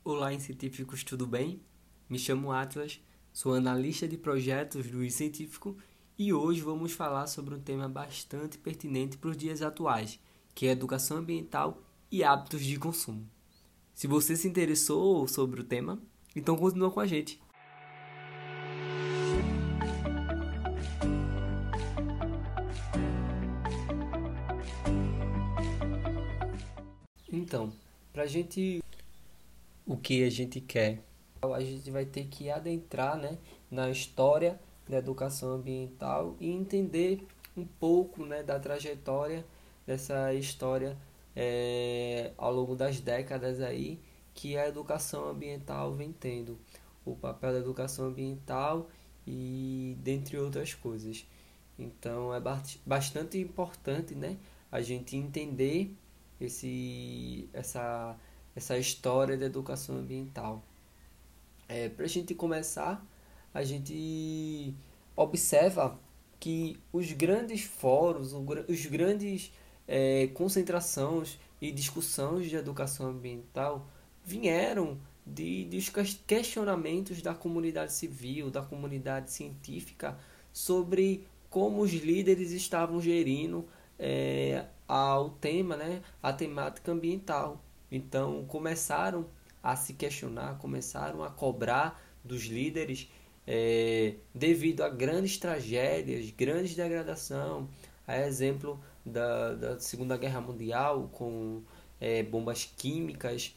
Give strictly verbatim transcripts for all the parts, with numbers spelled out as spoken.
Olá, científicos, tudo bem? Me chamo Atlas, sou analista de projetos do Científico e hoje vamos falar sobre um tema bastante pertinente para os dias atuais, que é educação ambiental e hábitos de consumo. Se você se interessou sobre o tema, então continua com a gente. Então, para a gente o que a gente quer, a gente vai ter que adentrar, né, na história da educação ambiental e entender um pouco, né, da trajetória dessa história é, ao longo das décadas aí que a educação ambiental vem tendo, o papel da educação ambiental e dentre outras coisas. Então é bastante importante, né, a gente entender esse, essa, essa história da educação ambiental. É, para a gente começar, a gente observa que os grandes fóruns, os grandes é, concentrações e discussões de educação ambiental vieram de, dos questionamentos da comunidade civil, da comunidade científica, sobre como os líderes estavam gerindo é, ao tema, né, a temática ambiental. Então começaram a se questionar, começaram a cobrar dos líderes é, devido a grandes tragédias, grandes degradação, a exemplo da, da Segunda Guerra Mundial com é, bombas químicas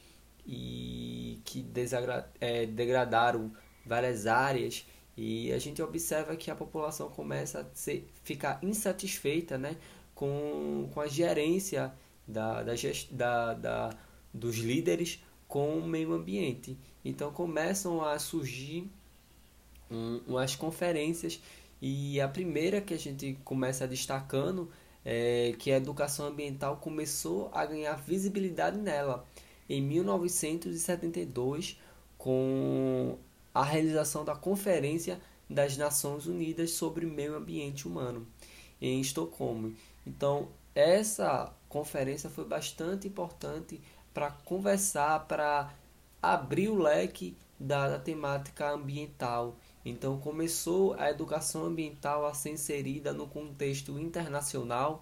e que desagra, é, degradaram várias áreas, e a gente observa que a população começa a ser, ficar insatisfeita, né, com, com a gerência da, da, da, da, dos líderes com o meio ambiente. Então começam a surgir um, umas conferências, e a primeira que a gente começa destacando é que a educação ambiental começou a ganhar visibilidade nela em mil novecentos e setenta e dois, com a realização da Conferência das Nações Unidas sobre o Meio Ambiente Humano em Estocolmo. Então essa conferência foi bastante importante para conversar, para abrir o leque da, da temática ambiental. Então começou a educação ambiental a ser inserida no contexto internacional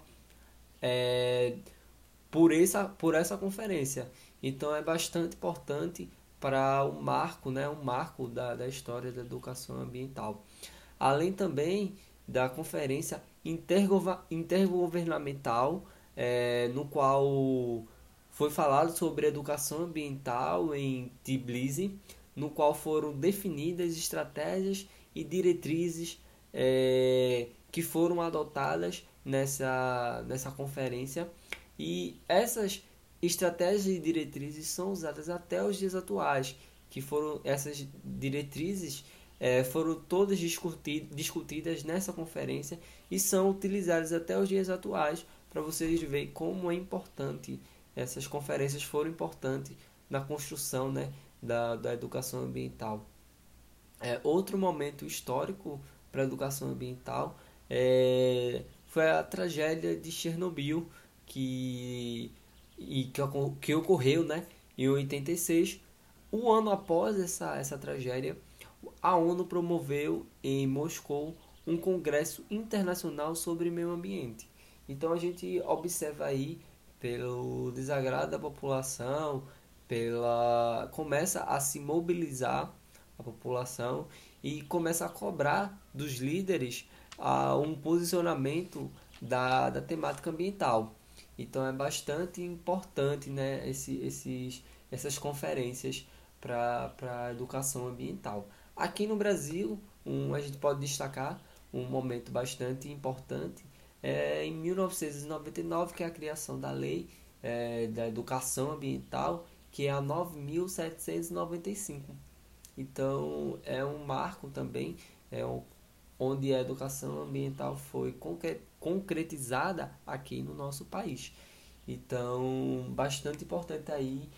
é, por, essa, por essa conferência. Então é bastante importante para o marco, né, um marco da, da história da educação ambiental. Além também da conferência intergovernamental, é, no qual foi falado sobre educação ambiental em Tbilisi, no qual foram definidas estratégias e diretrizes é, que foram adotadas nessa, nessa conferência. E essas estratégias e diretrizes são usadas até os dias atuais, que foram essas diretrizes é, foram todas discutidas nessa conferência e são utilizadas até os dias atuais, para vocês verem como é importante. Essas conferências foram importantes na construção, né, da, da educação ambiental. É, outro momento histórico para a educação ambiental é, foi a tragédia de Chernobyl, que, e, que, que ocorreu, né, em oitenta e seis. Um ano após essa, essa tragédia, a ONU promoveu em Moscou um congresso internacional sobre meio ambiente. Então a gente observa aí, pelo desagrado da população, pela começa a se mobilizar a população e começa a cobrar dos líderes a um posicionamento da, da temática ambiental. Então é bastante importante, né, esse, esses, essas conferências para a educação ambiental. Aqui no Brasil, um, a gente pode destacar um momento bastante importante é em mil novecentos e noventa e nove, que é a criação da Lei é, da Educação Ambiental, que é a nove mil setecentos e noventa e cinco. Então é um marco também, é um, onde a educação ambiental foi concretizada aqui no nosso país. Então bastante importante aí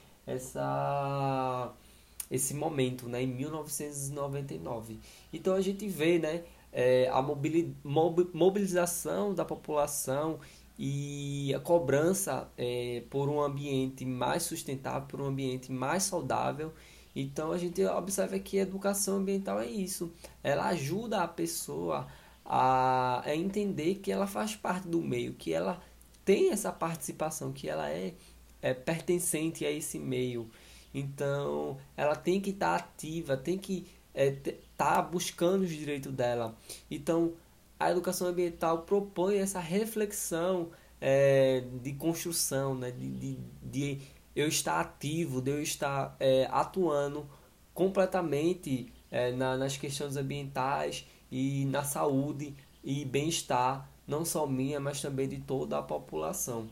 essa esse momento, né, em mil novecentos e noventa e nove. Então a gente vê, né, é, a mobilização da população e a cobrança é, por um ambiente mais sustentável, por um ambiente mais saudável, Então a gente observa que a educação ambiental é isso. Ela ajuda a pessoa a, a entender que ela faz parte do meio, que ela tem essa participação, que ela é, é pertencente a esse meio. Então ela tem que estar ativa, tem que estar é, tá buscando os direitos dela. Então a educação ambiental propõe essa reflexão é, de construção, né? de, de, de eu estar ativo, de eu estar é, atuando completamente é, na, nas questões ambientais e na saúde e bem-estar, não só minha, mas também de toda a população.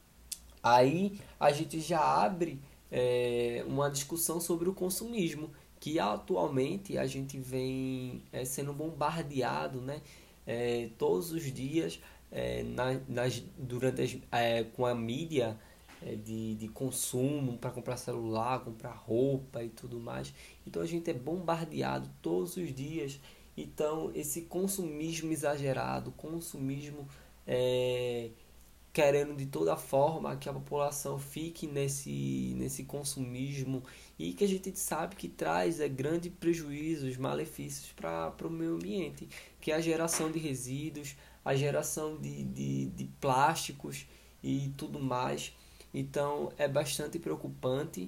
Aí a gente já abre é, uma discussão sobre o consumismo, que atualmente a gente vem é, sendo bombardeado, né, é, todos os dias é, na, nas, durante as, é, com a mídia é, de, de consumo para comprar celular, comprar roupa e tudo mais. Então a gente é bombardeado todos os dias. Então esse consumismo exagerado, consumismo é, querendo de toda forma que a população fique nesse, nesse consumismo e que a gente sabe que traz é, grandes prejuízos, malefícios para o meio ambiente, que é a geração de resíduos, a geração de, de, de plásticos e tudo mais. Então é bastante preocupante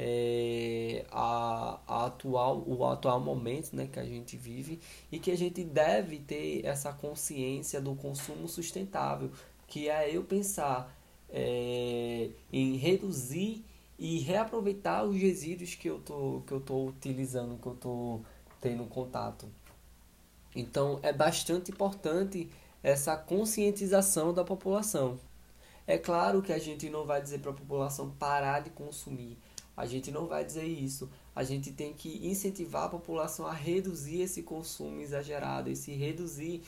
é, a, a atual, o atual momento, né, que a gente vive e que a gente deve ter essa consciência do consumo sustentável, que é eu pensar é, em reduzir e reaproveitar os resíduos que eu tô, que eu tô utilizando, que eu tô tendo contato. Então é bastante importante essa conscientização da população. É claro que a gente não vai dizer para a população parar de consumir. A gente não vai dizer isso. A gente tem que incentivar a população a reduzir esse consumo exagerado, esse reduzir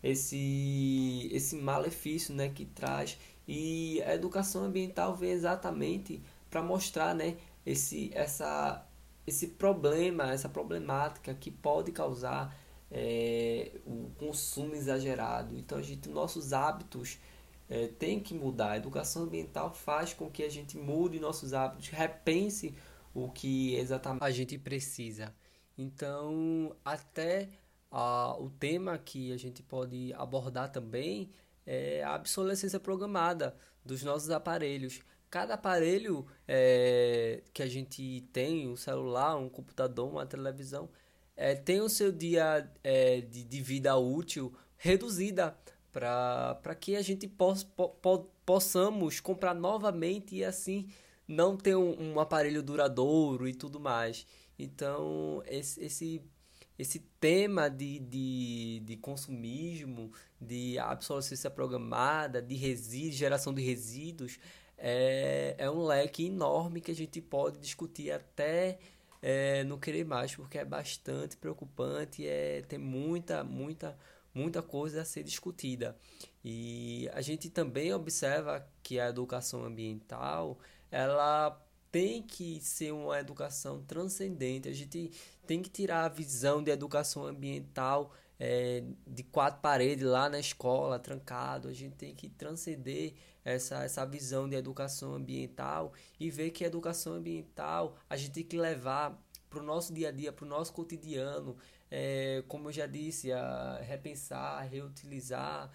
esse esse malefício, né, que traz. E a educação ambiental vem exatamente para mostrar, né, esse essa esse problema, essa problemática que pode causar é, o consumo exagerado. Então a gente, nossos hábitos é, tem que mudar. A educação ambiental faz com que a gente mude nossos hábitos, repense o que exatamente a gente precisa. Então, até ah, o tema que a gente pode abordar também é a obsolescência programada dos nossos aparelhos. Cada aparelho é, que a gente tem, um celular, um computador, uma televisão, é, tem o seu dia é, de, de vida útil reduzida para que a gente possa, po, po, possamos comprar novamente e assim não ter um, um aparelho duradouro e tudo mais. Então, esse, esse, esse tema de, de, de consumismo, de obsolescência programada, de resíduos, geração de resíduos, é, é um leque enorme que a gente pode discutir até é, não querer mais, porque é bastante preocupante, é, tem muita, muita, muita coisa a ser discutida. E a gente também observa que a educação ambiental, ela tem que ser uma educação transcendente. A gente tem que tirar a visão de educação ambiental é, de quatro paredes lá na escola, trancado. A gente tem que transcender essa, essa visão de educação ambiental e ver que a educação ambiental a gente tem que levar para o nosso dia a dia, para o nosso cotidiano, é, como eu já disse, a repensar, reutilizar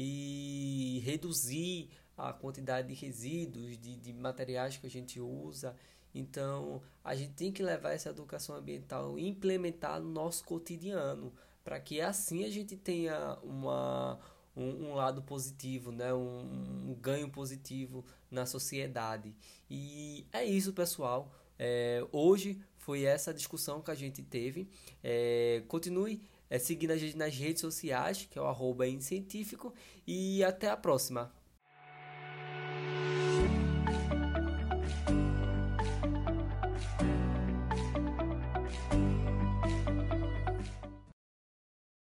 e reduzir a quantidade de resíduos, de, de materiais que a gente usa. Então, a gente tem que levar essa educação ambiental e implementar no nosso cotidiano, para que assim a gente tenha uma, um, um lado positivo, né? um, um ganho positivo na sociedade. E é isso, pessoal. É, hoje foi essa discussão que a gente teve. É, continue é, seguindo a gente nas redes sociais, que é o arroba científico, e até a próxima.